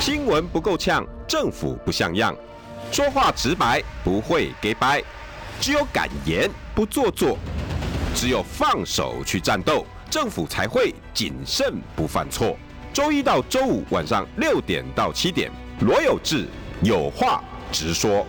新闻不够呛，政府不像样，说话直白，不会给掰，只有敢言不做作，只有放手去战斗，政府才会谨慎不犯错。周一到周五晚上6点到7点，罗有志有话直说。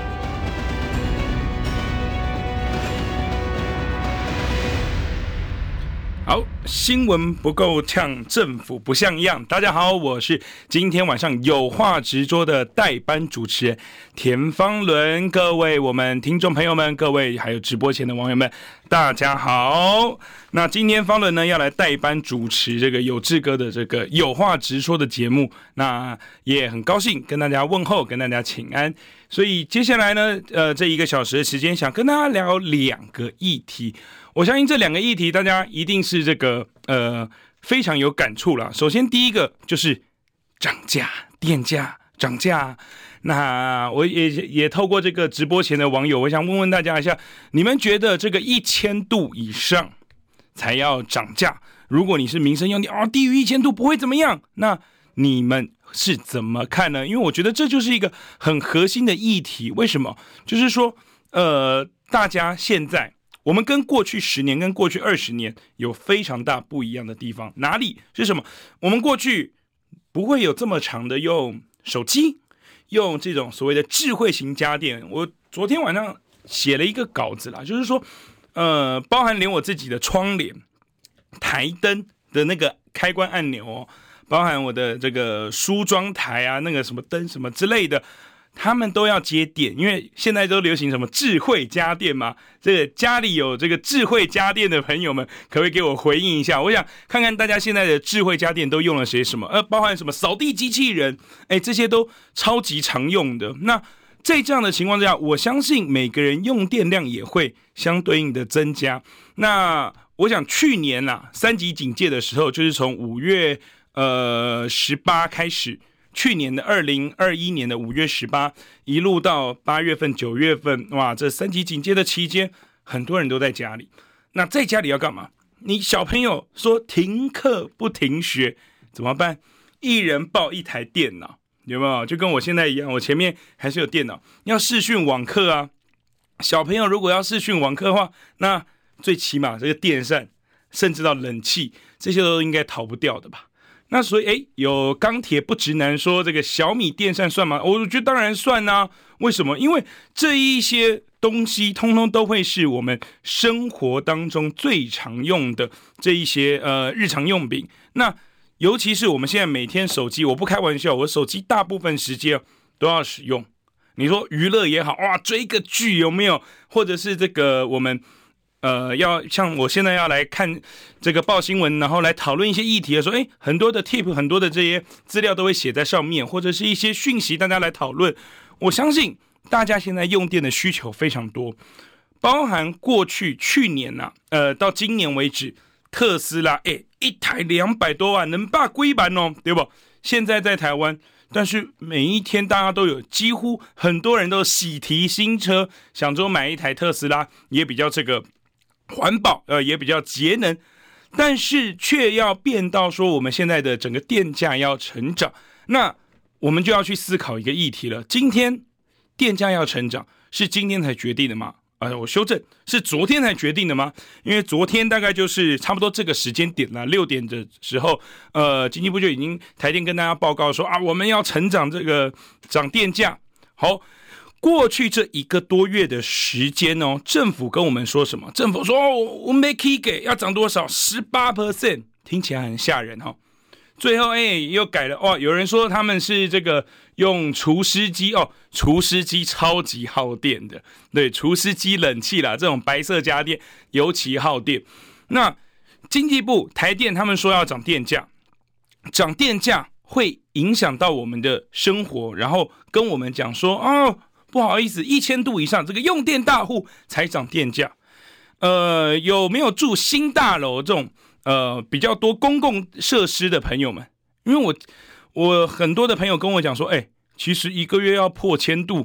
好，新闻不够呛，政府不像样。大家好，我是今天晚上有话直说的代班主持人田方伦。各位我们听众朋友们，各位还有直播前的网友们，大家好。那今天方伦呢要来代班主持这个有志哥的这个有话直说的节目，那也很高兴跟大家问候，跟大家请安。所以接下来呢，这1个小时的时间，想跟大家聊2个议题。我相信这2个议题，大家一定是这个非常有感触啦。首先第一个就是涨价，电价涨价。那我也透过这个直播前的网友，我想问问大家一下，你们觉得这个1000度以上才要涨价？如果你是民生用电低于1000度不会怎么样，那你们是怎么看呢？因为我觉得这就是一个很核心的议题。为什么？就是说大家现在我们跟过去10年跟过去20年有非常大不一样的地方。哪里是什么？我们过去不会有这么长的用手机，用这种所谓的智慧型家电。我昨天晚上写了一个稿子啦，就是说包含连我自己的窗帘、台灯的那个开关按钮包含我的这个梳妆台啊，那个什么灯什么之类的，他们都要接电，因为现在都流行什么智慧家电嘛。这个家里有这个智慧家电的朋友们，可不可以给我回应一下？我想看看大家现在的智慧家电都用了些什么，包含什么扫地机器人，这些都超级常用的。那在这样的情况之下，我相信每个人用电量也会相对应的增加。那我想去年3级警戒的时候，就是从5月18开始，去年的2021年的5月18一路到8月份9月份，哇，这3级警戒的期间，很多人都在家里。那在家里要干嘛？你小朋友说停课不停学怎么办？一人抱1台电脑，有没有？就跟我现在一样，我前面还是有电脑，要视讯网课啊。小朋友如果要视讯网课的话，那最起码这个电扇甚至到冷气，这些都应该逃不掉的吧。那所以有钢铁不直男说这个小米电扇算吗？我觉得当然算啊。为什么？因为这一些东西通通都会是我们生活当中最常用的这一些日常用品。那尤其是我们现在每天手机，我不开玩笑，我手机大部分时间都要使用。你说娱乐也好，哇，追个剧有没有？或者是这个我们要像我现在要来看这个报新闻，然后来讨论一些议题的时候，很多的 tip， 很多的这些资料都会写在上面，或者是一些讯息大家来讨论。我相信大家现在用电的需求非常多，包含过去去年到今年为止，特斯拉一台200多万，能霸龟版哦，对不？现在在台湾，但是每一天大家都有，几乎很多人都喜提新车，想说买一台特斯拉，也比较这个环保，也比较节能，但是却要变到说我们现在的整个电价要成长，那我们就要去思考一个议题了。今天电价要成长是今天才决定的吗？我修正，是昨天才决定的吗？因为昨天大概就是差不多这个时间点啦，6点的时候，经济部就已经台电跟大家报告说我们要成长这个涨电价。好，过去这1个多月的时间政府跟我们说什么？政府说我们没给要涨多少 18%， 听起来很吓人最后又改了有人说他们是这个用除湿机除湿机超级耗电的，对，除湿机冷气啦，这种白色家电尤其耗电。那经济部台电他们说要涨电价，涨电价会影响到我们的生活，然后跟我们讲说不好意思，1000度以上这个用电大户才涨电价。有没有住新大楼这种比较多公共设施的朋友们？因为我很多的朋友跟我讲说，其实1个月要破1000度，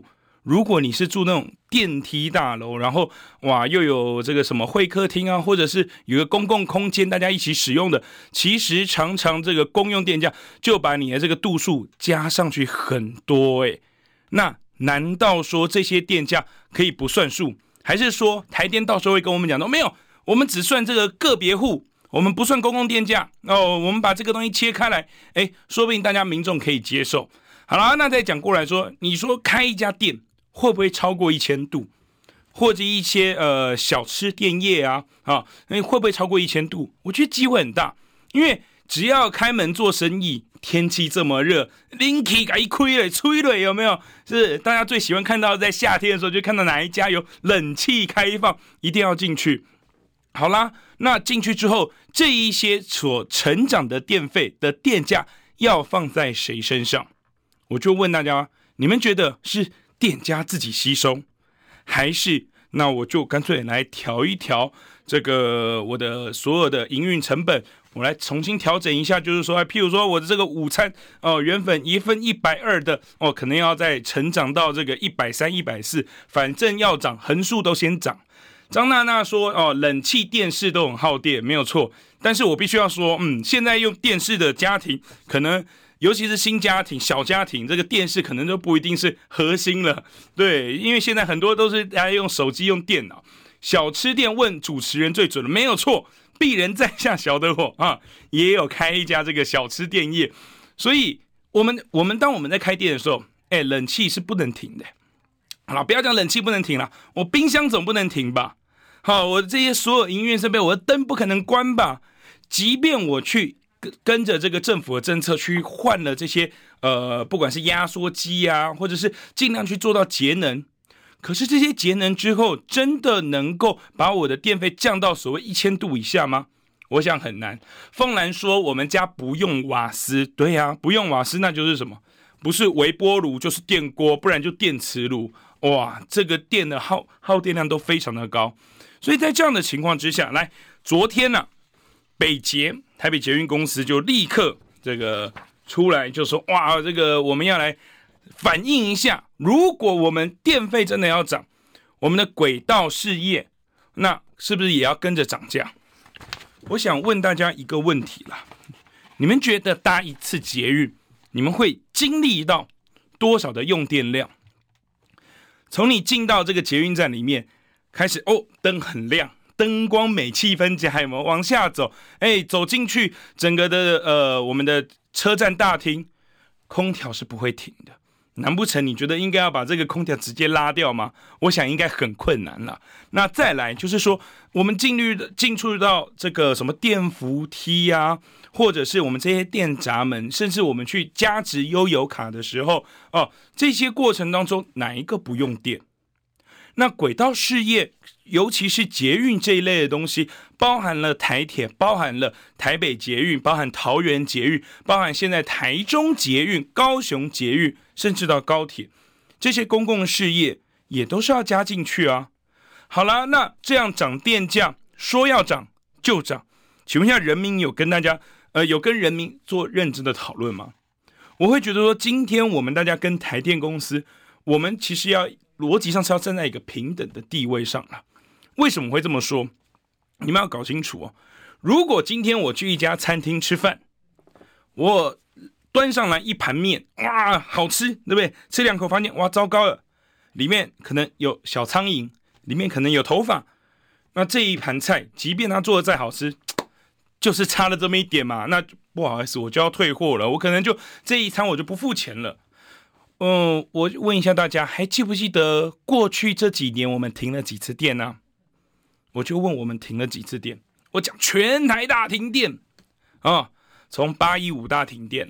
如果你是住那种电梯大楼，然后哇又有这个什么会客厅啊，或者是有个公共空间大家一起使用的，其实常常这个公用电价就把你的这个度数加上去很多那难道说这些电价可以不算数？还是说台电到时候会跟我们讲没有，我们只算这个个别户，我们不算公共电价我们把这个东西切开来，说不定大家民众可以接受。好了，那再讲过来说，你说开一家店会不会超过1000度？或者一些小吃店业会不会超过1000度？我觉得机会很大，因为只要开门做生意，天气这么热，冷气给一开了，吹了有没有？是大家最喜欢看到，在夏天的时候就看到哪一家有冷气开放，一定要进去。好啦，那进去之后，这一些所成长的电费的电价要放在谁身上？我就问大家，你们觉得是店家自己吸收，还是那我就干脆来调一调这个我的所有的营运成本，我来重新调整一下，就是说譬如说我的这个午餐原本1份120的可能要再成长到这个130、140，反正要涨，横竖都先涨。张娜娜说冷气电视都很耗电，没有错，但是我必须要说现在用电视的家庭，可能尤其是新家庭、小家庭，这个电视可能就不一定是核心了。对，因为现在很多都是大家用手机、用电脑。小吃店问主持人最准了，没有错，鄙人在下小的我也有开一家这个小吃店业。所以我们当我们在开店的时候，冷气是不能停的。好了，不要讲冷气不能停了，我冰箱总不能停吧？好，我这些所有营运设备，我的灯不可能关吧？即便我去跟着这个政府的政策去换了这些不管是压缩机或者是尽量去做到节能，可是这些节能之后，真的能够把我的电费降到所谓1000度以下吗？我想很难。凤兰说我们家不用瓦斯，对不用瓦斯，那就是什么？不是微波炉就是电锅，不然就电磁炉。哇，这个电的耗电量都非常的高。所以在这样的情况之下，来，昨天北捷台北捷运公司就立刻这个出来就说，哇，这个我们要来反映一下，如果我们电费真的要涨，我们的轨道事业那是不是也要跟着涨价？我想问大家一个问题啦，你们觉得搭一次捷运，你们会经历到多少的用电量？从你进到这个捷运站里面开始，灯很亮，灯光美，气氛佳，有没有？往下走，走进去整个的我们的车站大厅，空调是不会停的。难不成你觉得应该要把这个空调直接拉掉吗？我想应该很困难了。那再来就是说，我们进出到这个什么电扶梯或者是我们这些电闸门，甚至我们去加值悠游卡的时候这些过程当中哪一个不用电？那轨道事业，尤其是捷运这一类的东西，包含了台铁，包含了台北捷运，包含桃园捷运，包含现在台中捷运、高雄捷运，甚至到高铁，这些公共事业也都是要加进去啊。好了，那这样涨电价，说要涨就涨，请问一下，人民有跟大家有跟人民做认真的讨论吗？我会觉得说，今天我们大家跟台电公司，我们其实要逻辑上是要站在一个平等的地位上了。为什么会这么说？你们要搞清楚如果今天我去一家餐厅吃饭，我端上来一盘面，哇，好吃，对不对？吃2口发现，哇，糟糕了，里面可能有小苍蝇，里面可能有头发。那这一盘菜，即便它做的再好吃，就是差了这么一点嘛，那不好意思，我就要退货了，我可能就这一餐我就不付钱了。我问一下大家，还记不记得过去这几年我们停了几次电呢？我就问我们停了几次电，我讲全台大停电从815大停电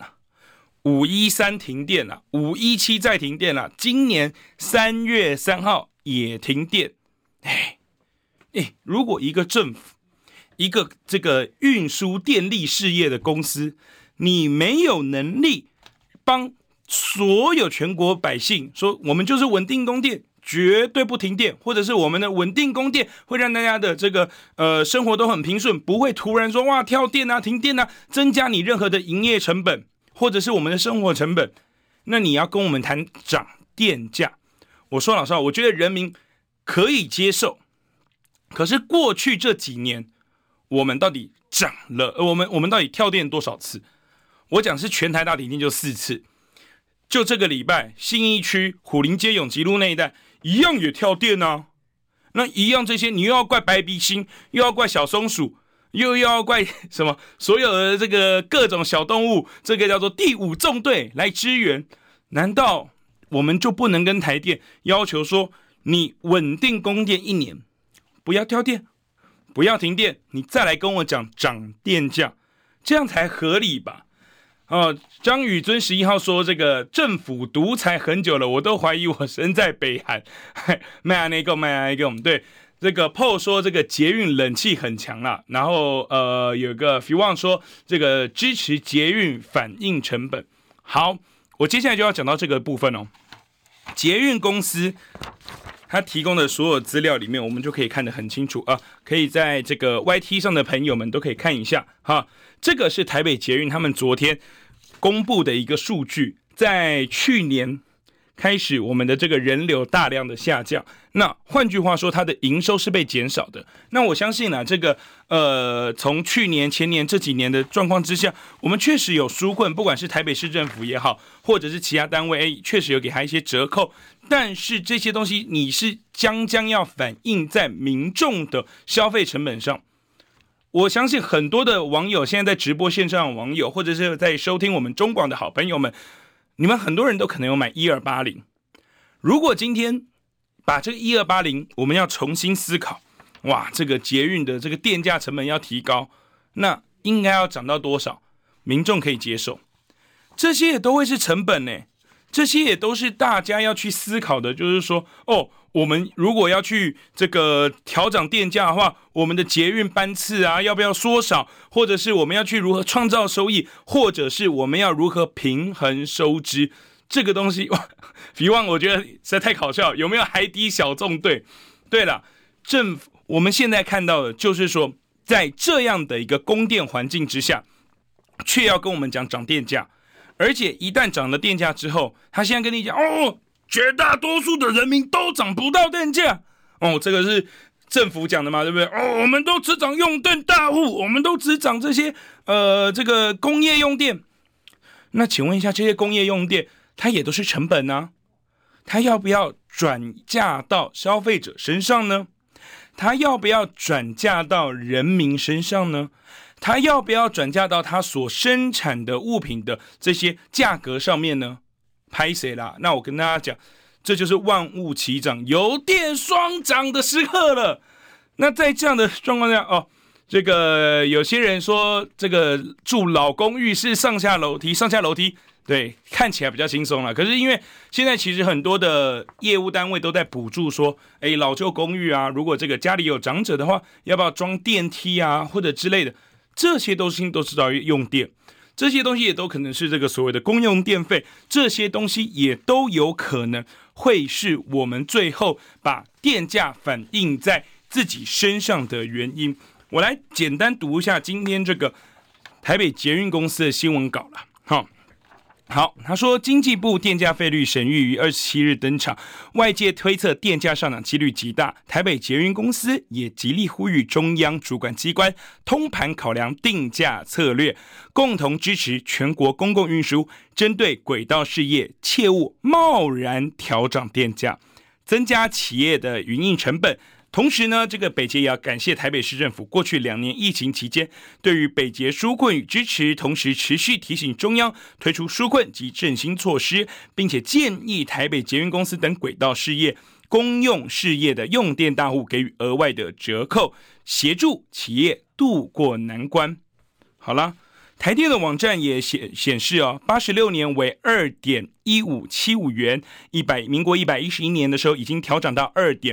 513停电517再停电今年3月3号也停电。如果一个政府，一个这个运输电力事业的公司，你没有能力帮所有全国百姓说我们就是稳定供电，绝对不停电，或者是我们的稳定供电会让大家的这个生活都很平顺，不会突然说哇跳电停电增加你任何的营业成本或者是我们的生活成本，那你要跟我们谈涨电价， 我说老实话，我觉得人民可以接受。可是过去这几年，我们到底涨了？我们到底跳电多少次？我讲是全台大停电就4次。就这个礼拜，信义区虎林街永吉路那一带一样也跳电啊。那一样这些，你又要怪白鼻星，又要怪小松鼠，又要怪什么？所有的这个各种小动物，这个叫做第5纵队来支援。难道我们就不能跟台电要求说，你稳定供电1年，不要跳电，不要停电，你再来跟我讲涨电价，这样才合理吧？张宇尊11号说，这个政府独裁很久了，我都怀疑我身在北韩。卖那个，对，这个 Paul 说这个捷运冷气很强啦，然后有个 Fiwan 说这个支持捷运反映成本。好，我接下来就要讲到这个部分哦。捷运公司他提供的所有资料里面，我们就可以看得很清楚啊，可以在这个 YT 上的朋友们都可以看一下哈。这个是台北捷运他们昨天公布的一个数据，在去年开始，我们的这个人流大量的下降。那换句话说，它的营收是被减少的。那我相信这个从去年、前年这几年的状况之下，我们确实有纾困，不管是台北市政府也好，或者是其他单位，确实有给他一些折扣。但是这些东西你是将要反映在民众的消费成本上。我相信很多的网友，现在在直播线上的网友，或者是在收听我们中广的好朋友们，你们很多人都可能有买1280。如果今天把这个1280我们要重新思考，哇，这个捷运的这个电价成本要提高，那应该要涨到多少民众可以接受？这些也都会是成本呢，这些也都是大家要去思考的。就是说，我们如果要去这个调涨电价的话，我们的捷运班次啊要不要缩少，或者是我们要去如何创造收益，或者是我们要如何平衡收支，这个东西Fiwan 我觉得实在太搞笑，有没有海底小纵队？对了，政府我们现在看到的就是说，在这样的一个供电环境之下，却要跟我们讲涨电价，而且一旦涨了电价之后，他现在跟你讲绝大多数的人民都涨不到电价这个是政府讲的嘛，对不对？我们都只涨用电大户，我们都只涨这些这个工业用电。那请问一下，这些工业用电它也都是成本啊，它要不要转嫁到消费者身上呢？它要不要转嫁到人民身上呢？它要不要转嫁到它所生产的物品的这些价格上面呢？拍谁啦？那我跟大家讲，这就是万物齐涨、油电双涨的时刻了。那在这样的状况下，这个有些人说，这个住老公寓是上下楼梯，对，看起来比较轻松了。可是因为现在其实很多的业务单位都在补助说，老旧公寓啊，如果这个家里有长者的话，要不要装电梯啊，或者之类的，这些东西都知道用电。这些东西也都可能是这个所谓的公用电费，这些东西也都有可能会是我们最后把电价反映在自己身上的原因。我来简单读一下今天这个台北捷运公司的新闻稿了。好，他说经济部电价费率审议于27日登场，外界推测电价上涨几率极大，台北捷运公司也极力呼吁中央主管机关通盘考量定价策略，共同支持全国公共运输针对轨道事业切勿贸然调涨电价，增加企业的营运成本。同时呢，这个北捷也要感谢台北市政府过去2年疫情期间对于北捷纾困与支持，同时持续提醒中央推出纾困及振兴措施，并且建议台北捷运公司等轨道事业、公用事业的用电大户给予额外的折扣，协助企业渡过难关。好了，台电的网站也显示86年为 2.1575 元，民国111年的时候已经调涨到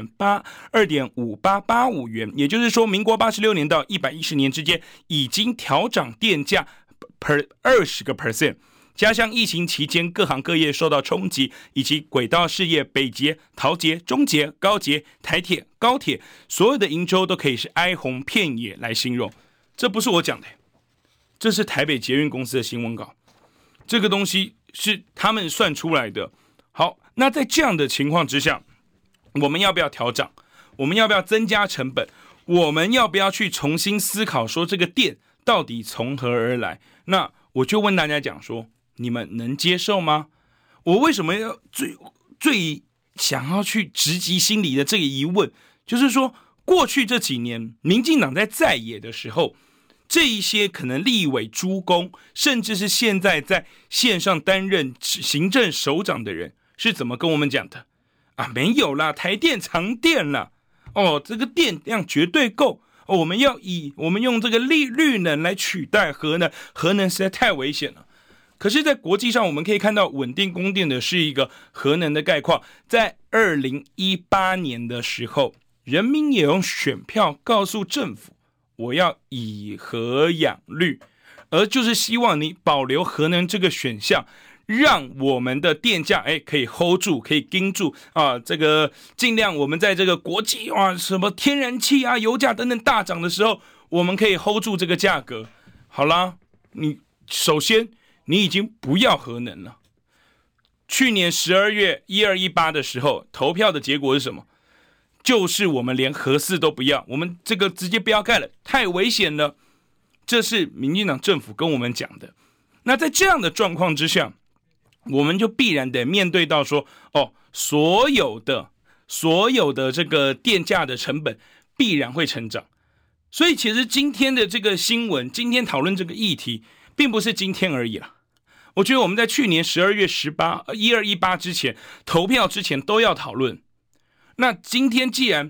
2.5885 元，也就是说民国86年到110年之间已经调涨电价 20%， 加上疫情期间各行各业受到冲击，以及轨道事业北捷、桃捷、中捷、高捷、台铁、高铁所有的营收都可以是哀鸿遍野来形容。这不是我讲的，这是台北捷运公司的新闻稿，这个东西是他们算出来的。好，那在这样的情况之下， 我们要不要调涨？我们要不要增加成本？我们要不要去重新思考说这个电到底从何而来？那我就问大家讲说，你们能接受吗？我为什么要最想要去直击心里的这个疑问，就是说过去这几年民进党在野的时候，这一些可能立委诸公，甚至是现在在线上担任行政首长的人，是怎么跟我们讲的啊？没有啦，台电藏电啦，这个电量绝对够，我们用这个绿能来取代核能，核能实在太危险了。可是在国际上我们可以看到稳定供电的是一个核能的概况。在2018年的时候，人民也用选票告诉政府，我要以核养绿，而就是希望你保留核能这个选项，让我们的电价可以 hold 住，可以盯住啊，这个尽量我们在这个国际什么天然气啊、油价等等大涨的时候，我们可以 hold 住这个价格。好啦，你首先你已经不要核能了。去年12月1218的时候，投票的结果是什么？就是我们连核四都不要，我们这个直接不要盖了，太危险了。这是民进党政府跟我们讲的。那在这样的状况之下，我们就必然得面对到说，所有的这个电价的成本必然会成长。所以其实今天的这个新闻，今天讨论这个议题，并不是今天而已啦。我觉得我们在去年12月18 1218之前投票之前都要讨论。那今天既然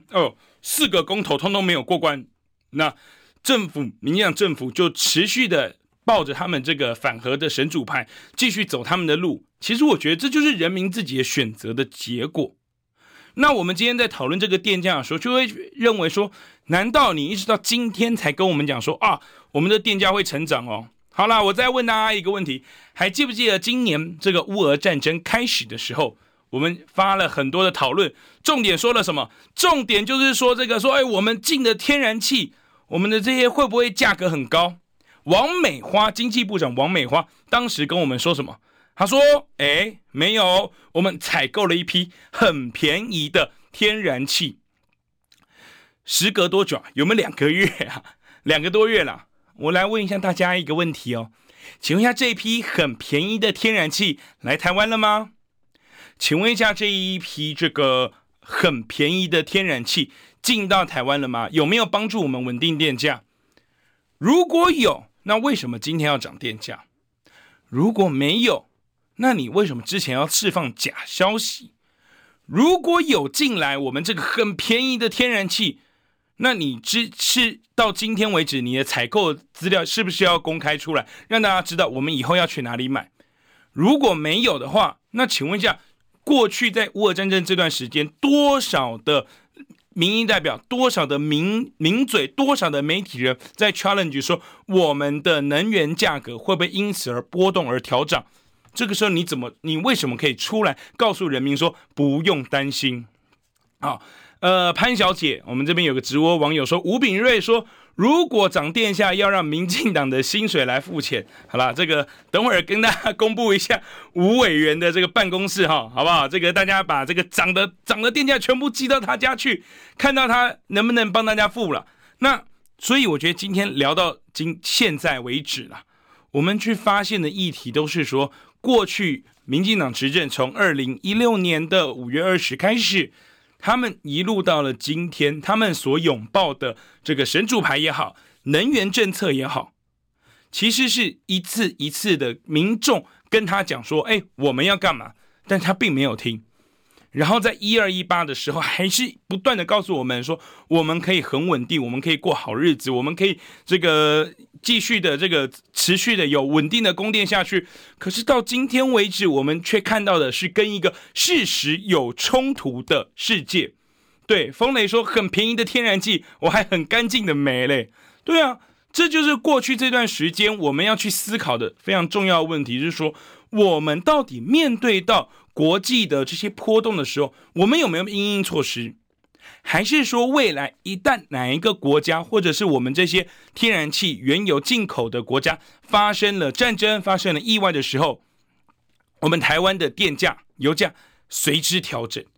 4个公投通通没有过关，那民进党政府就持续的抱着他们这个反核的神主牌，继续走他们的路。其实我觉得这就是人民自己的选择的结果。那我们今天在讨论这个电价的时候，就会认为说，难道你一直到今天才跟我们讲说我们的电价会成长哦？好啦，我再问大家一个问题，还记不记得今年这个乌俄战争开始的时候，我们发了很多的讨论，重点说了什么？重点就是说我们进的天然气，我们的这些会不会价格很高？王美花经济部长王美花当时跟我们说什么？他说没有，我们采购了一批很便宜的天然气。时隔多久啊？有没有2个月啊？2个多月啦。我来问一下大家一个问题请问一下，这一批很便宜的天然气来台湾了吗？请问一下，这一批这个很便宜的天然气进到台湾了吗？有没有帮助我们稳定电价？如果有，那为什么今天要涨电价？如果没有，那你为什么之前要释放假消息？如果有进来我们这个很便宜的天然气，那你是到今天为止你的采购资料是不是要公开出来，让大家知道我们以后要去哪里买？如果没有的话，那请问一下，过去在乌俄战争这段时间，多少的民意代表，多少的名嘴，多少的媒体人在 challenge 说我们的能源价格会不会因此而波动而调涨？这个时候你为什么可以出来告诉人民说不用担心？潘小姐，我们这边有个直播网友说，吴秉瑞说，如果涨电价要让民进党的薪水来付钱。好啦，这个等会儿跟大家公布一下吴委员的这个办公室好不好？这个大家把这个涨的电价全部寄到他家去，看到他能不能帮大家付了。那所以我觉得今天聊到现在为止啦，我们去发现的议题都是说，过去民进党执政从2016年的5月20开始，他们一路到了今天，他们所拥抱的这个神主牌也好，能源政策也好，其实是一次一次的民众跟他讲说我们要干嘛，但他并没有听。然后在1218的时候，还是不断的告诉我们说，我们可以很稳定，我们可以过好日子，我们可以这个继续的这个持续的有稳定的供电下去。可是到今天为止，我们却看到的是跟一个事实有冲突的世界。对，风雷说很便宜的天然气，我还很干净的煤嘞。对啊，这就是过去这段时间我们要去思考的非常重要的问题，就是说我们到底面对到国际的这些波动的时候，我们有没有因应措施？还是说未来一旦哪一个国家，或者是我们这些天然气原油进口的国家发生了战争，发生了意外的时候，我们台湾的电价油价随之调整？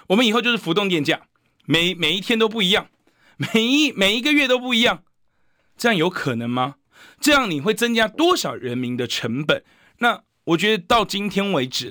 我们以后就是浮动电价，每一天都不一样，每一个月都不一样，这样有可能吗？这样你会增加多少人民的成本？那我觉得到今天为止，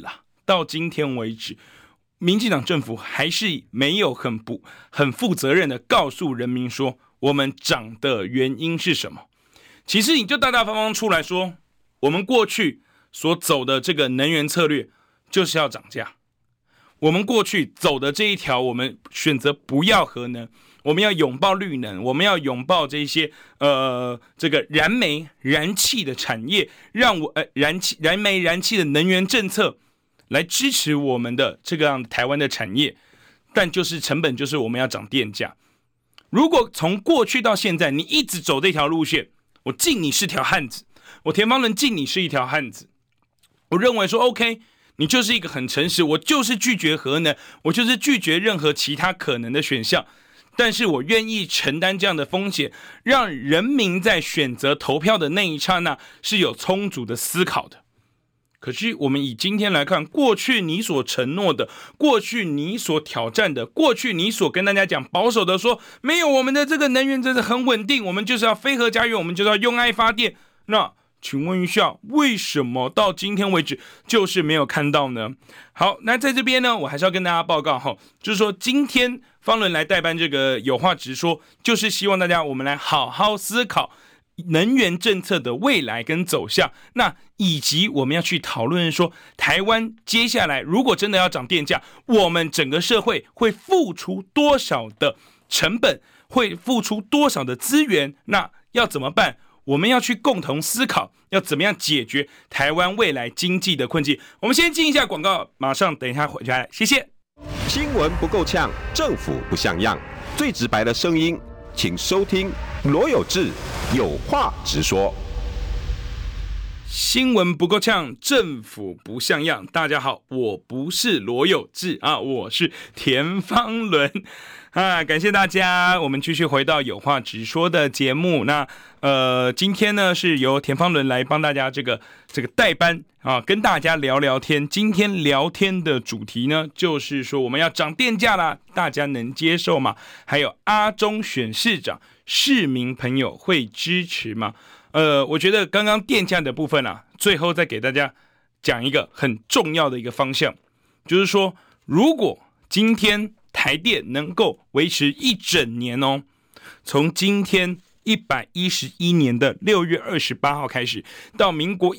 民进党政府还是没有很负责任的告诉人民说我们涨的原因是什么。其实你就大大方方出来说，我们过去所走的这个能源策略就是要涨价，我们过去走的这一条，我们选择不要核能，我们要拥抱绿能，我们要拥抱这些这个燃煤燃气的产业，让燃煤燃气的能源政策来支持我们的这个样台湾的产业，但就是成本就是我们要涨电价。如果从过去到现在你一直走这条路线，我敬你是条汉子，我田方人敬你是一条汉子，我认为说 OK， 你就是一个很诚实，我就是拒绝核能，我就是拒绝任何其他可能的选项，但是我愿意承担这样的风险，让人民在选择投票的那一刹那是有充足的思考的。可是我们以今天来看，过去你所承诺的，过去你所挑战的，过去你所跟大家讲保守的说，没有我们的这个能源真的很稳定，我们就是要非核家园，我们就是要用爱发电。那请问一下，为什么到今天为止就是没有看到呢？好，那在这边呢，我还是要跟大家报告哈，就是说今天方伦来代班这个有话直说，就是希望大家我们来好好思考能源政策的未来跟走向，那以及我们要去讨论说，台湾接下来如果真的要涨电价，我们整个社会会付出多少的成本，会付出多少的资源，那要怎么办？我们要去共同思考，要怎么样解决台湾未来经济的困境。我们先进一下广告，马上等一下回来，谢谢。 新闻不够呛，政府不像样，最直白的声音，请收听罗有志有话直说。 新闻不够呛，政府不像样。大家好，我不是罗有志啊，我是田方伦啊，感谢大家。我们继续回到有话直说的节目。那今天呢是由田方伦来帮大家这个代班啊，跟大家聊聊天。今天聊天的主题呢，就是说我们要涨电价啦，大家能接受吗？还有阿中选市长，市民朋友会支持吗？我觉得刚刚电价的部分啊，最后再给大家讲一个很重要的一个方向，就是说，如果今天台电能够维持一整年哦，从今天111年的6月28号开始，到民国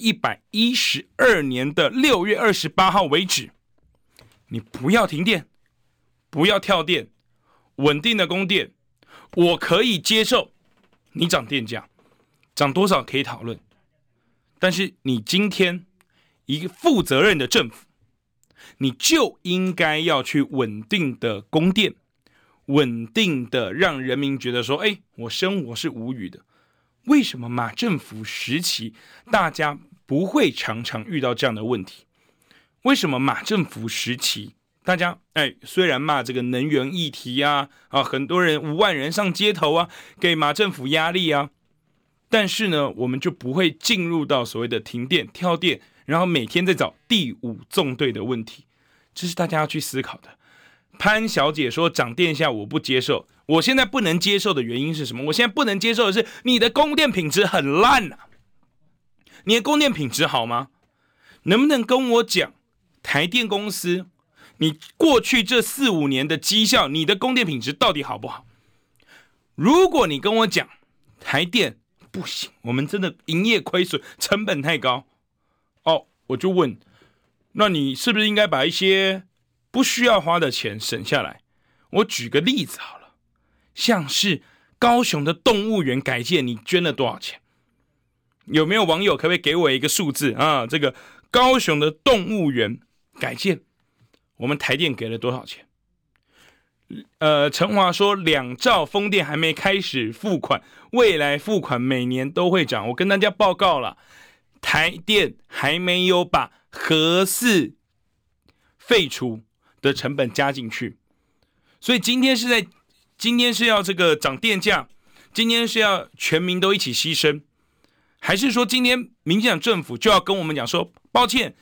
112年的6月28号为止，你不要停电，不要跳电，稳定的供电，我可以接受你涨电价。涨多少可以讨论，但是你今天一个负责任的政府，你就应该要去稳定的供电，稳定的让人民觉得说，我生活是无虞的。为什么马政府时期大家不会常常遇到这样的问题？为什么马政府时期大家虽然骂这个能源议题啊，很多人5万人上街头啊，给马政府压力啊，但是呢，我们就不会进入到所谓的停电、跳电，然后每天在找第5纵队的问题，这是大家要去思考的。潘小姐说涨电价我不接受，我现在不能接受的原因是什么？我现在不能接受的是你的供电品质很烂啊！你的供电品质好吗？能不能跟我讲台电公司，你过去这4-5年的绩效，你的供电品质到底好不好？如果你跟我讲台电不行，我们真的营业亏损，成本太高。我就问，那你是不是应该把一些不需要花的钱省下来？我举个例子好了，像是高雄的动物园改建，你捐了多少钱？有没有网友可不可以给我一个数字啊？这个高雄的动物园改建，我们台电给了多少钱？陈华说2兆风电还没开始付款，未来付款每年都会涨。我跟大家报告了，台电还没有把核4废除的成本加进去，所以今天是要这个涨电价，今天是要全民都一起牺牲，还是说今天民进党政府就要跟我们讲说，抱歉，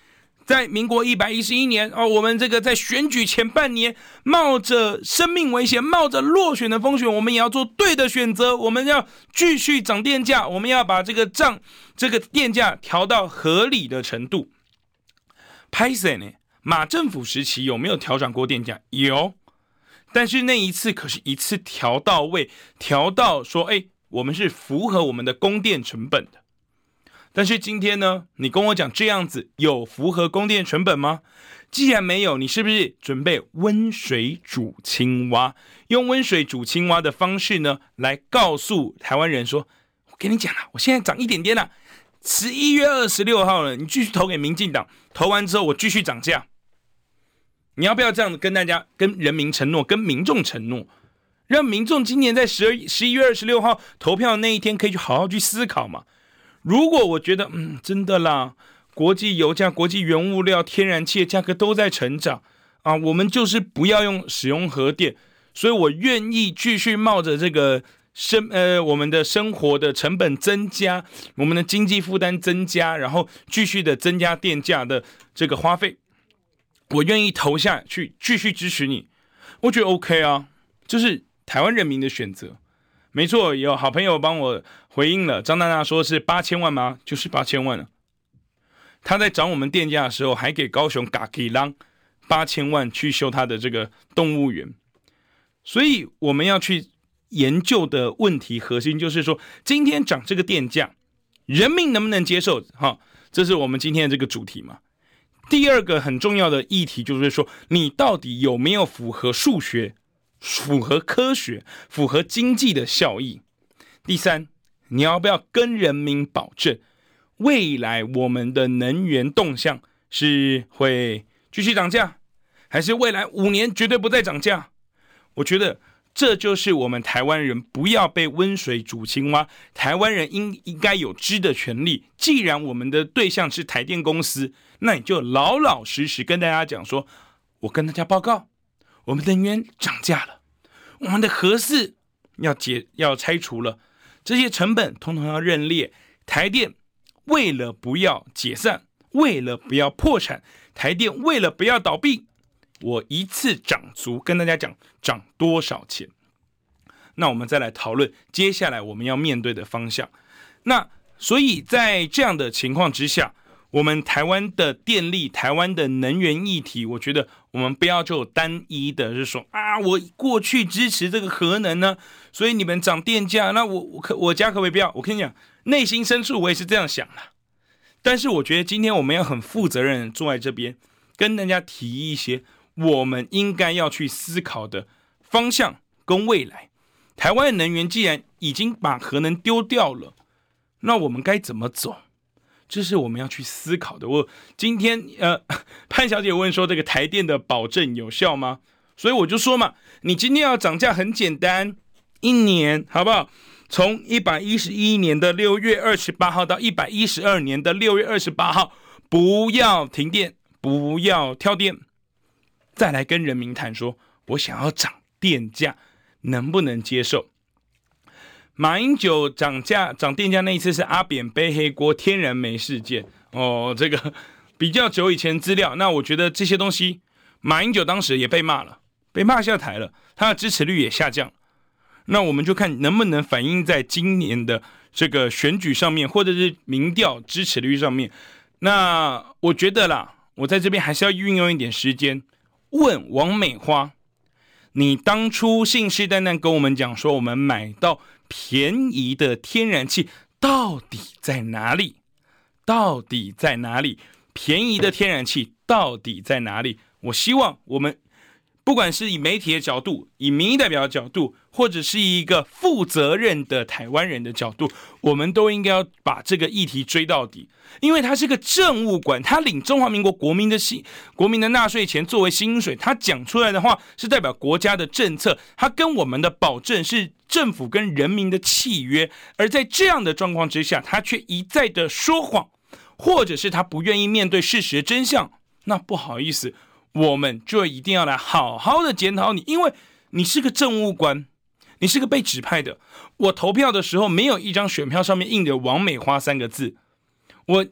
在民国111年我们这个在选举前半年，冒着生命危险，冒着落选的风险，我们也要做对的选择，我们要继续涨电价，我们要把这个电价调到合理的程度。拍摄呢？马政府时期有没有调涨过电价？有，但是那一次可是一次调到位，调到说，我们是符合我们的供电成本的。但是今天呢，你跟我讲这样子有符合供电成本吗？既然没有，你是不是准备温水煮青蛙？用温水煮青蛙的方式呢，来告诉台湾人说，我跟你讲啦，我现在涨一点点啦，11月26号了，你继续投给民进党，投完之后我继续涨价。你要不要这样子跟大家、跟人民承诺、跟民众承诺，让民众今年在11月26号投票的那一天可以去好好去思考嘛？如果我觉得真的啦，国际油价、国际原物料、天然气的价格都在成长啊，我们就是不要使用核电，所以我愿意继续冒着这个我们的生活的成本增加，我们的经济负担增加，然后继续的增加电价的这个花费，我愿意投下去继续支持你，我觉得 OK 啊，这是台湾人民的选择。没错，有好朋友帮我回应了，张大大说是8000万吗？就是8000万了。他在涨我们电价的时候，还给高雄嘎给浪8000万去修他的这个动物园。所以我们要去研究的问题核心就是说，今天涨这个电价，人民能不能接受？这是我们今天的这个主题嘛。第二个很重要的议题就是说，你到底有没有符合数学、符合科学、符合经济的效益？第三，你要不要跟人民保证，未来我们的能源动向是会继续涨价，还是未来5年绝对不再涨价？我觉得这就是我们台湾人不要被温水煮青蛙，台湾人应该有知的权利。既然我们的对象是台电公司，那你就老老实实跟大家讲说，我跟大家报告，我们能源涨价了，我们的核四要拆除了，这些成本统统要认列。台电为了不要解散，为了不要破产，台电为了不要倒闭，我一次涨足，跟大家讲涨多少钱。那我们再来讨论接下来我们要面对的方向。那所以在这样的情况之下，我们台湾的电力、台湾的能源议题，我觉得我们不要就单一的是说我过去支持这个核能呢，所以你们涨电价，那我家可不可以不要？我跟你讲，内心深处我也是这样想的。但是我觉得今天我们要很负责任的坐在这边，跟大家提一些我们应该要去思考的方向跟未来。台湾的能源既然已经把核能丢掉了，那我们该怎么走？这是我们要去思考的。我今天潘小姐问说，这个台电的保证有效吗？所以我就说嘛，你今天要涨价很简单，1年好不好？从111年的6月28号到112年的6月28号，不要停电，不要跳电，再来跟人民谈说，我想要涨电价，能不能接受？马英九涨电价那一次是阿扁背黑锅天然煤事件这个比较久以前资料。那我觉得这些东西，马英九当时也被骂了，被骂下台了，他的支持率也下降。那我们就看能不能反映在今年的这个选举上面，或者是民调支持率上面。那我觉得啦，我在这边还是要运用一点时间问王美花，你当初信誓旦旦跟我们讲说，我们买到便宜的天然气到底在哪里？到底在哪里？便宜的天然气到底在哪里？我希望我们不管是以媒体的角度，以民意代表的角度，或者是一个负责任的台湾人的角度，我们都应该要把这个议题追到底。因为他是个政务官，他领中华民国国民的纳税钱作为薪水，他讲出来的话是代表国家的政策，他跟我们的保证是政府跟人民的契约。而在这样的状况之下，他却一再的说谎，或者是他不愿意面对事实的真相，那不好意思，我们就一定要来好好的检讨你，因为你是个政务官，你是个被指派的。我投票的时候没有一张选票上面印着王美花3个字，我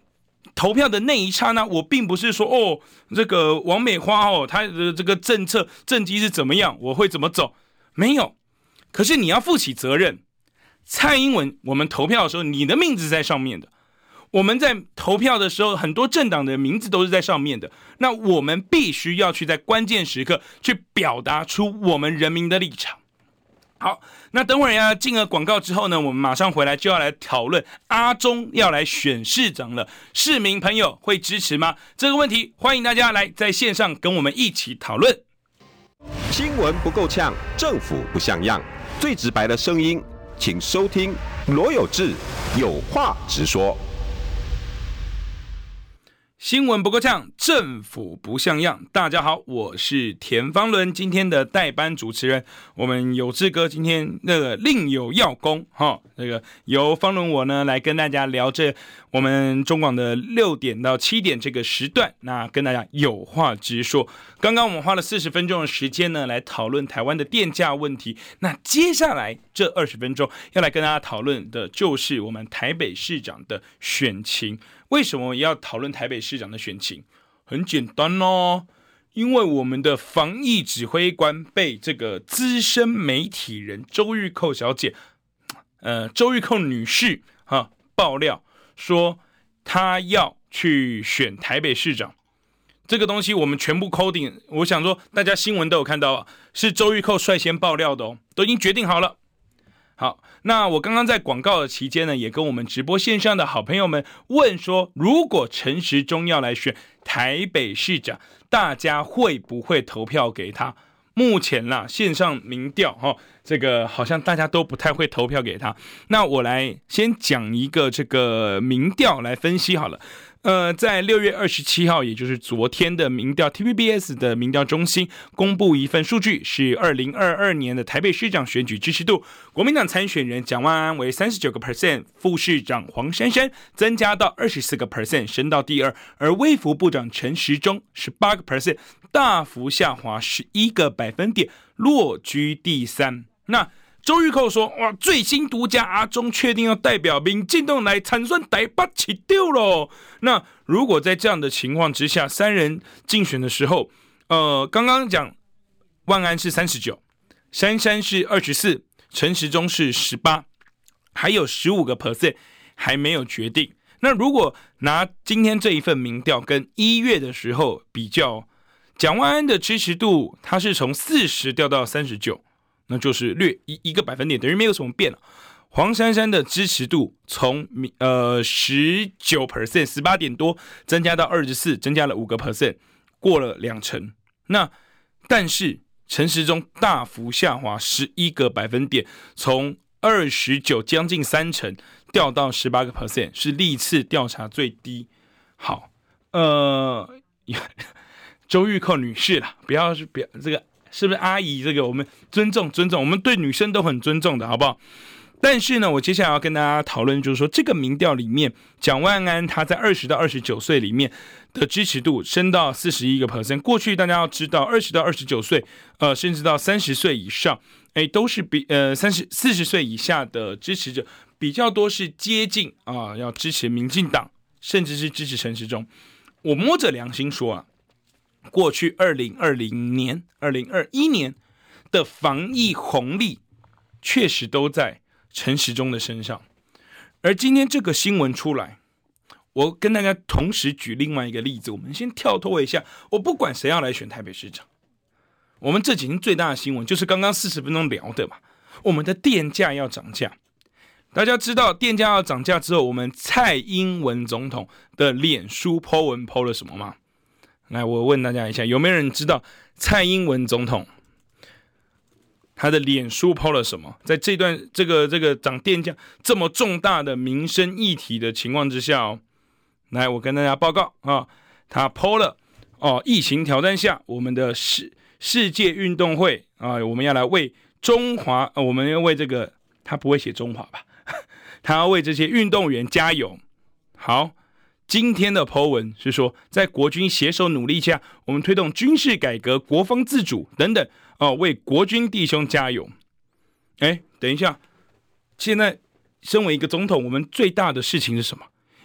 投票的那一刹那，我并不是说这个王美花她的这个政策政绩是怎么样，我会怎么走，没有。可是你要负起责任。蔡英文，我们投票的时候，你的名字是在上面的。我们在投票的时候，很多政党的名字都是在上面的。那我们必须要去在关键时刻去表达出我们人民的立场。好，那等会儿要进了广告之后呢，我们马上回来就要来讨论阿中要来选市长了，市民朋友会支持吗？这个问题欢迎大家来在线上跟我们一起讨论。 新闻不够呛，政府不像样，最直白的声音，请收听罗有志有话直说。 新闻不够呛，政府不像样。大家好，我是田方伦，今天的代班主持人。我们有志哥今天那个另有要功那个由方伦我呢来跟大家聊这我们中广的6点到7点这个时段，那跟大家有话直说。刚刚我们花了40分钟的时间呢来讨论台湾的电价问题，那接下来这20分钟要来跟大家讨论的就是我们台北市长的选情。为什么要讨论台北市长的选情？很简单哦，因为我们的防疫指挥官被这个资深媒体人周玉蔻小姐，周玉蔻女士爆料说她要去选台北市长。这个东西我们全部 coding， 我想说大家新闻都有看到，是周玉蔻率先爆料的都已经决定好了。好，那我刚刚在广告的期间呢，也跟我们直播线上的好朋友们问说，如果陈时中要来选台北市长，大家会不会投票给他？目前啦，线上民调这个好像大家都不太会投票给他。那我来先讲一个这个民调来分析好了。在6月27号，也就是昨天的民调 ，TVBS 的民调中心公布一份数据，是2022年的台北市长选举支持度，国民党参选人蒋万安为39%，副市长黄珊珊增加到24%，升到第2，而卫福部长陈时中18%，大幅下滑11个百分点，落居第3。那周玉蔻说：“哇，最新独家，阿中确定要代表民进党来参选台北市长了。”那如果在这样的情况之下，三人竞选的时候，刚刚讲万安是39，珊珊是24，陈时中是18，还有15% 还没有决定。那如果拿今天这一份民调跟1月的时候比较，蒋万安的支持度，他是从40掉到39。那就是略一个百分点，等于没有什么变了。黄珊珊的支持度从19% 18点多增加到24，增加了5%，过了2%。那但是陈时中大幅下滑11个百分点，从29将近3%掉到18%，是历次调查最低。好，周玉蔻女士啦，不要这个。是不是阿姨？这个我们尊重，我们对女生都很尊重的，好不好？但是呢，我接下来要跟大家讨论，就是说这个民调里面，蒋万安他在20到29岁里面的支持度升到41%。过去大家要知道，20到29岁，甚至到30岁以上，都是比40岁以下的支持者比较多，是接近要支持民进党，甚至是支持陈时中。我摸着良心说啊。过去2020年、2021年的防疫红利，确实都在陈时中的身上。而今天这个新闻出来，我跟大家同时举另外一个例子。我们先跳脱一下，我不管谁要来选台北市长，我们这几天最大的新闻就是刚刚40分钟聊的嘛，我们的电价要涨价。大家知道电价要涨价之后，我们蔡英文总统的脸书 po 文 po 了什么吗？来，我问大家一下，有没有人知道蔡英文总统他的脸书 po 了什么？在这段这个涨电价这么重大的民生议题的情况之下来，我跟大家报告他 po 了疫情挑战下，我们的世界运动会我们要来为中华，我们要为这个，他不会写中华吧？他要为这些运动员加油。好。今天的 po 文是说，在国军携手努力下，我们推动军事改革、国防自主等等为国军弟兄加油。等一下，现在身为一个总统，我们最大的事情是什么？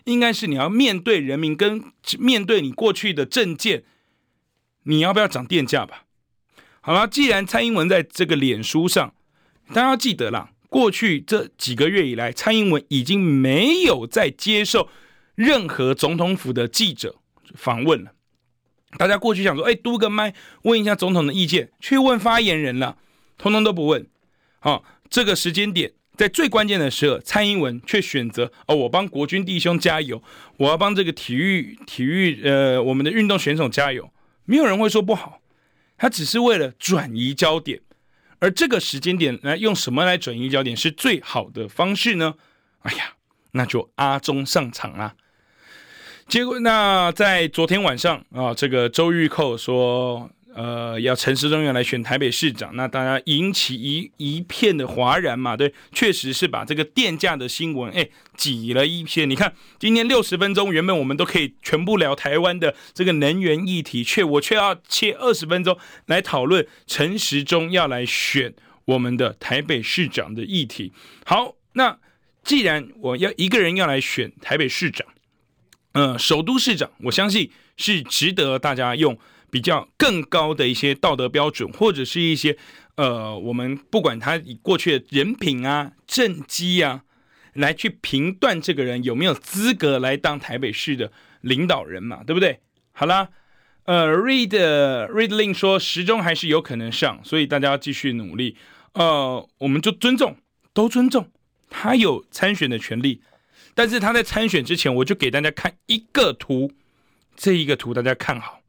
应该是你要面对人民，跟面对你过去的政见，你要不要涨电价吧？好了，既然蔡英文在这个脸书上，大家要记得啦，过去这几个月以来，蔡英文已经没有再接受任何总统府的记者访问了。大家过去想说，嘟个麦问一下总统的意见，去问发言人了，通通都不问。这个时间点，在最关键的时候，蔡英文却选择我帮国军弟兄加油，我要帮这个体育我们的运动选手加油，没有人会说不好，他只是为了转移焦点。而这个时间点来用什么来转移焦点是最好的方式呢？那就阿中上场啦。结果那在昨天晚上这个周玉蔻说要陈时中来选台北市长，那大家引起一片的哗然嘛，对，确实是把这个电价的新闻挤了一片。你看今天60分钟，原本我们都可以全部聊台湾的这个能源议题，我却要切20分钟来讨论陈时中要来选我们的台北市长的议题。好，那既然我要一个人要来选台北市长，首都市长，我相信是值得大家用比较更高的一些道德标准，或者是一些我们不管他以过去的人品啊、政绩啊，来去评断这个人有没有资格来当台北市的领导人嘛，对不对？好啦，Reed Lin 说时中还是有可能上，所以大家要继续努力。我们就都尊重他有参选的权利。但是他在参选之前，我就给大家看一个图，这一个图大家看好。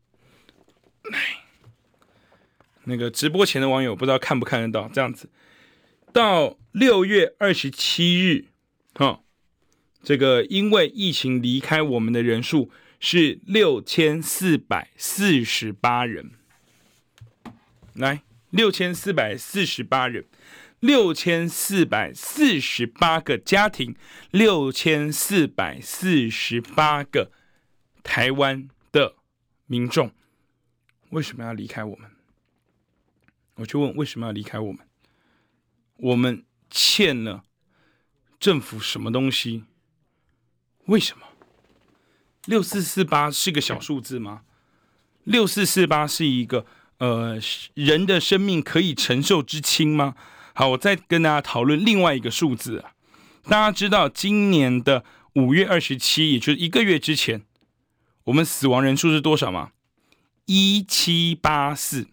那个直播前的网友不知道看不看得到，这样子，到6月27日，这个因为疫情离开我们的人数是6448人，来，6448人。6448个家庭，6448个台湾的民众，为什么要离开我们？我就问，为什么要离开我们？我们欠了政府什么东西？为什么？6448是个小数字吗？6448是一个人的生命可以承受之轻吗？好，我再跟大家讨论另外一个数字啊。大家知道今年的5月27，也就是1个月之前，我们死亡人数是多少吗？1784。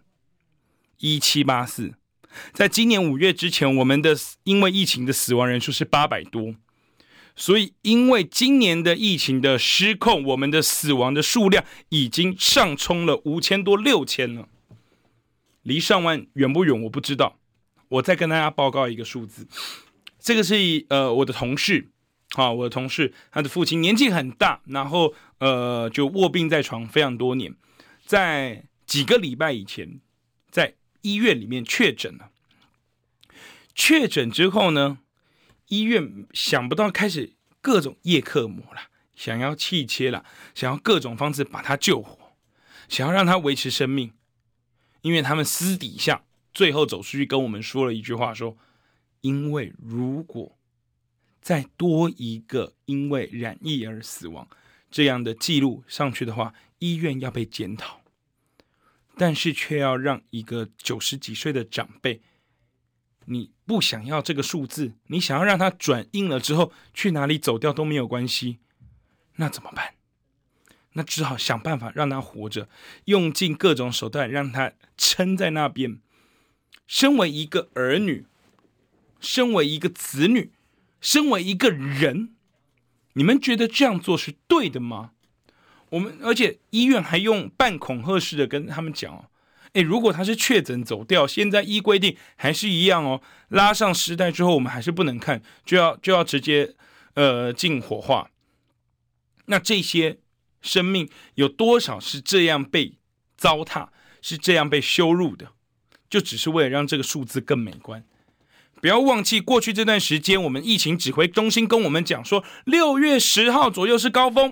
在今年5月之前，我们的因为疫情的死亡人数是800多，所以因为今年的疫情的失控，我们的死亡的数量已经上冲了5000多6000了，离上万远不远我不知道。我再跟大家报告一个数字，这个是我的同事，他的父亲年纪很大，然后就卧病在床非常多年，在几个礼拜以前，在医院里面确诊了。确诊之后呢，医院想不到开始各种叶克膜啦，想要气切啦，想要各种方式把他救活，想要让他维持生命，因为他们私底下最后走出去跟我们说了一句话，说因为如果再多一个因为染疫而死亡这样的记录上去的话，医院要被检讨，但是却要让一个90几岁的长辈，你不想要这个数字，你想要让他转阴了之后去哪里走掉都没有关系，那怎么办？那只好想办法让他活着，用尽各种手段让他撑在那边。身为一个儿女，身为一个子女，身为一个人，你们觉得这样做是对的吗？而且医院还用半恐吓式的跟他们讲如果他是确诊走掉，现在依规定还是一样拉上尸袋之后我们还是不能看，就要直接进火化。那这些生命有多少是这样被糟蹋，是这样被羞辱的？就只是为了让这个数字更美观。不要忘记过去这段时间，我们疫情指挥中心跟我们讲说6月10号左右是高峰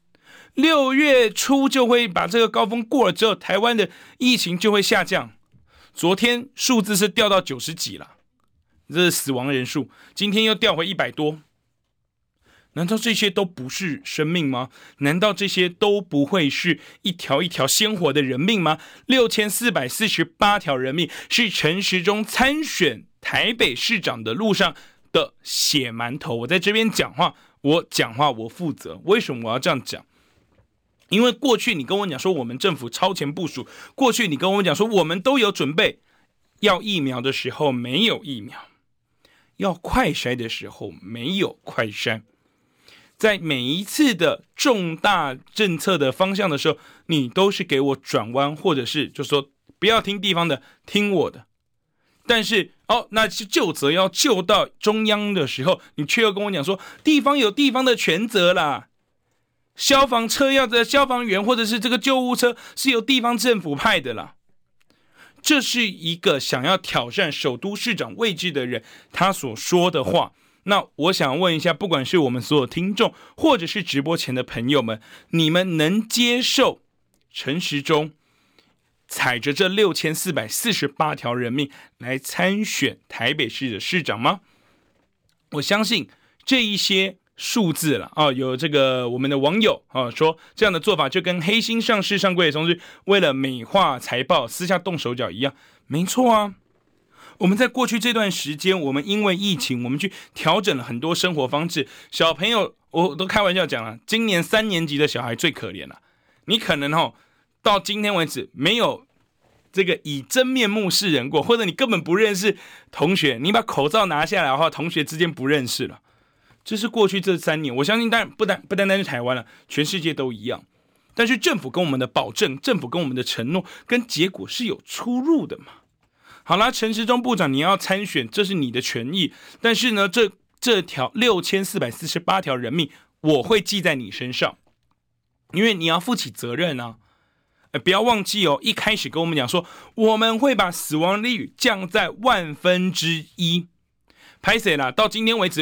，6月初就会把这个高峰过了之后，台湾的疫情就会下降。昨天数字是掉到90几了，这是死亡人数，今天又掉回100多。 难道这些都不是生命吗？难道这些都不会是一条一条鲜活的人命吗？6448条人命是陈时中参选台北市长的路上的血馒头。我在这边讲话我负责。为什么我要这样讲？因为过去你跟我讲说我们政府超前部署，过去你跟我讲说我们都有准备，要疫苗的时候没有疫苗，要快筛的时候没有快筛，在每一次的重大政策的方向的时候，你都是给我转弯，或者是就说不要听地方的，听我的。但是那就责要救到中央的时候，你却又跟我讲说地方有地方的权责啦，消防车要的消防员或者是这个救护车是由地方政府派的啦。这是一个想要挑战首都市长位置的人他所说的话。那我想问一下，不管是我们所有听众或者是直播前的朋友们，你们能接受陈时中踩着这6448条人命来参选台北市的市长吗？我相信这一些数字了有这个我们的网友说这样的做法就跟黑心上市上柜的同事为了美化财报私下动手脚一样。没错啊，我们在过去这段时间，我们因为疫情，我们去调整了很多生活方式。小朋友，我都开玩笑讲了，今年3年级的小孩最可怜了。你可能到今天为止没有这个以真面目示人过，或者你根本不认识同学，你把口罩拿下来的话，同学之间不认识了。这是过去这3年，我相信当然不单单是台湾了，全世界都一样。但是政府跟我们的保证，政府跟我们的承诺，跟结果是有出入的嘛。好啦，陈时中部长你要参选，这是你的权益，但是呢，这条6448条人命，我会记在你身上，因为你要负起责任啊。不要忘记一开始跟我们讲说，我们会把死亡率降在1/1000，拍谁啦？到今天为止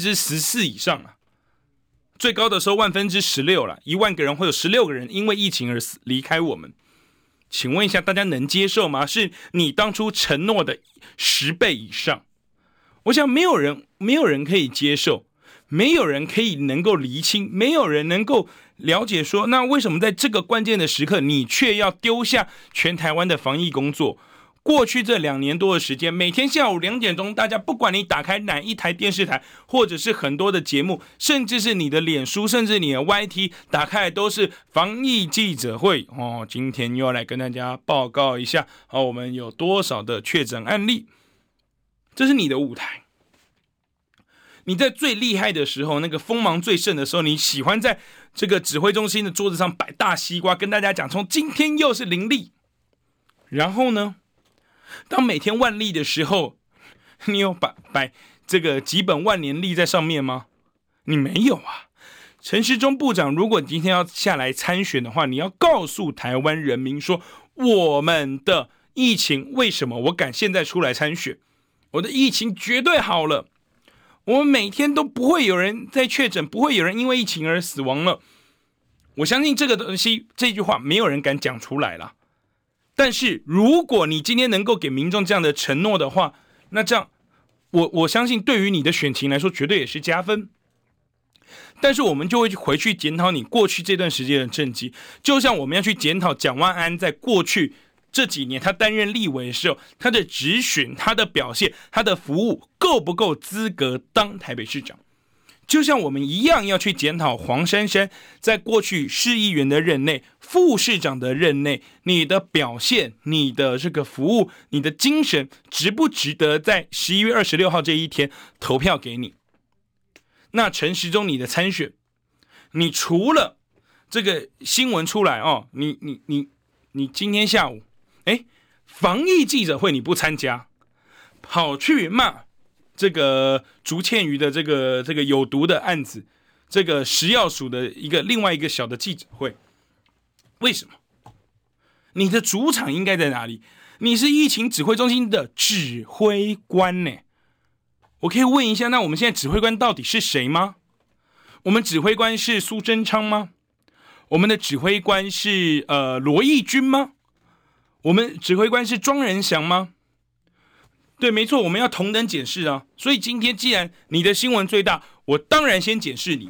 14%以上了，最高的时候16%了，1万个人会有16个人因为疫情而离开我们。请问一下，大家能接受吗？是你当初承诺的10倍以上。我想没有人可以接受，没有人可以能够厘清，没有人能够了解说，那为什么在这个关键的时刻，你却要丢下全台湾的防疫工作？过去这2年多的时间，每天下午2点钟，大家不管你打开哪一台电视台，或者是很多的节目，甚至是你的脸书，甚至你的 YT 打开来都是防疫记者会今天又要来跟大家报告一下我们有多少的确诊案例。这是你的舞台。你在最厉害的时候，那个锋芒最盛的时候，你喜欢在这个指挥中心的桌子上摆大西瓜，跟大家讲从今天又是0例。然后呢，当每天万例的时候，你有摆这个几本万年历在上面吗？你没有啊。陈时中部长，如果你今天要下来参选的话，你要告诉台湾人民说，我们的疫情为什么我敢现在出来参选？我的疫情绝对好了，我们每天都不会有人在确诊，不会有人因为疫情而死亡了。我相信这个东西，这句话没有人敢讲出来了。但是如果你今天能够给民众这样的承诺的话，那这样我相信对于你的选情来说绝对也是加分。但是我们就会回去检讨你过去这段时间的政绩，就像我们要去检讨蒋万安在过去这几年他担任立委的时候，他的质询、他的表现、他的服务够不够资格当台北市长。就像我们一样要去检讨黄珊珊在过去市议员的任内、副市长的任内，你的表现、你的这个服务、你的精神，值不值得在11月26号这一天投票给你？那陈时中你的参选，你除了这个新闻出来你今天下午防疫记者会你不参加，跑去骂这个竹堑鱼的这个有毒的案子，这个食药署的另外一个小的记者会，为什么？你的主场应该在哪里？你是疫情指挥中心的指挥官呢。我可以问一下，那我们现在指挥官到底是谁吗？我们指挥官是苏贞昌吗？我们的指挥官是罗义军吗？我们指挥官是庄仁祥吗？对，没错，我们要同等检视啊。所以今天既然你的新闻最大，我当然先检视你。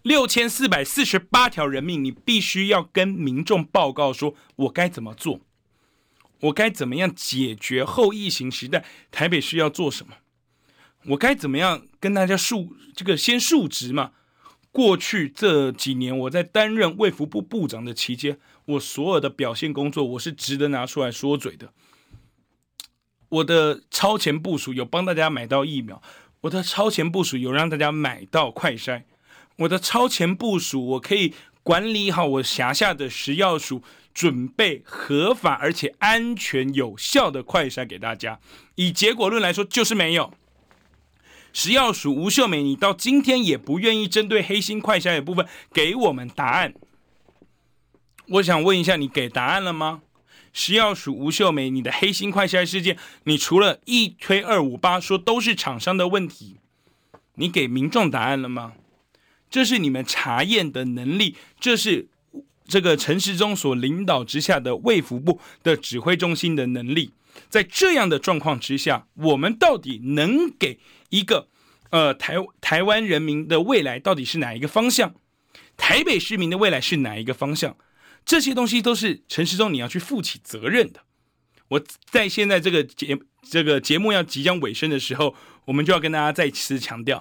6448条人命，你必须要跟民众报告说，我该怎么做，我该怎么样解决后疫情时代台北市要做什么，我该怎么样跟大家先述职嘛。过去这几年我在担任卫福部部长的期间，我所有的表现工作我是值得拿出来说嘴的。我的超前部署有帮大家买到疫苗，我的超前部署有让大家买到快筛，我的超前部署我可以管理好我辖下的食药署，准备合法而且安全有效的快筛给大家。以结果论来说，就是没有。食药署吴秀美，你到今天也不愿意针对黑心快筛的部分给我们答案。我想问一下，你给答案了吗？食药署吴秀美，你的黑心快筛事件，你除了一推258说都是厂商的问题，你给民众答案了吗？这是你们查验的能力，这是这个陈时中所领导之下的卫福部的指挥中心的能力。在这样的状况之下，我们到底能给一个台湾人民的未来到底是哪一个方向？台北市民的未来是哪一个方向？这些东西都是陈时中你要去负起责任的。我在现在这个节目要即将尾声的时候，我们就要跟大家再次强调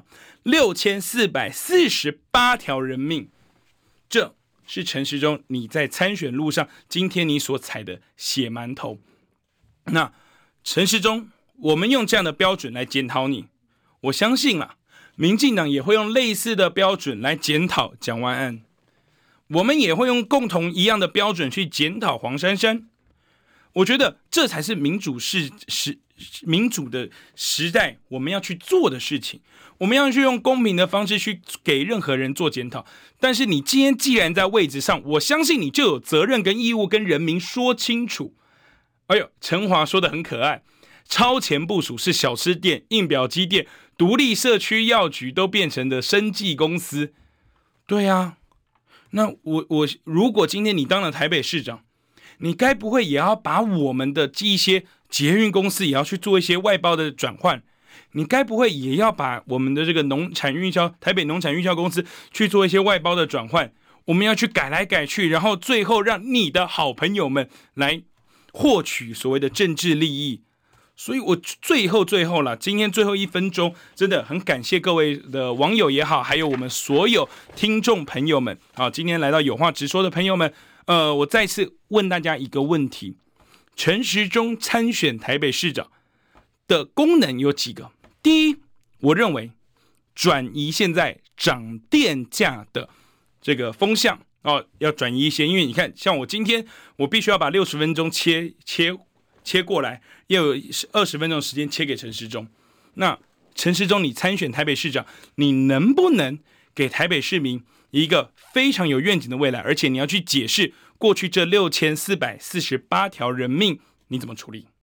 6448条人命，这是陈时中你在参选路上今天你所踩的血馒头。那陈时中，我们用这样的标准来检讨你，我相信民进党也会用类似的标准来检讨蒋万安，我们也会用共同一样的标准去检讨黄珊珊。我觉得这才是民主的时代我们要去做的事情，我们要去用公平的方式去给任何人做检讨。但是你今天既然在位置上，我相信你就有责任跟义务跟人民说清楚。哎呦，陈华说的很可爱，超前部署是小吃店、印表机店、独立社区药局都变成的生技公司。对啊，那我如果今天你当了台北市长，你该不会也要把我们的一些捷运公司也要去做一些外包的转换？你该不会也要把我们的这个台北农产运销公司去做一些外包的转换？我们要去改来改去，然后最后让你的好朋友们来获取所谓的政治利益。所以我最后啦，今天最后1分钟，真的很感谢各位的网友也好，还有我们所有听众朋友们，今天来到有话直说的朋友们，我再次问大家一个问题：陈时中参选台北市长的功能有几个？第一，我认为转移现在涨电价的这个风向要转移一些，因为你看，像我今天我必须要把60分钟切过来，要有20分钟的时间切给陈时中。那陈时中，你参选台北市长，你能不能给台北市民一个非常有愿景的未来？而且你要去解释过去这6448条人命你怎么处理？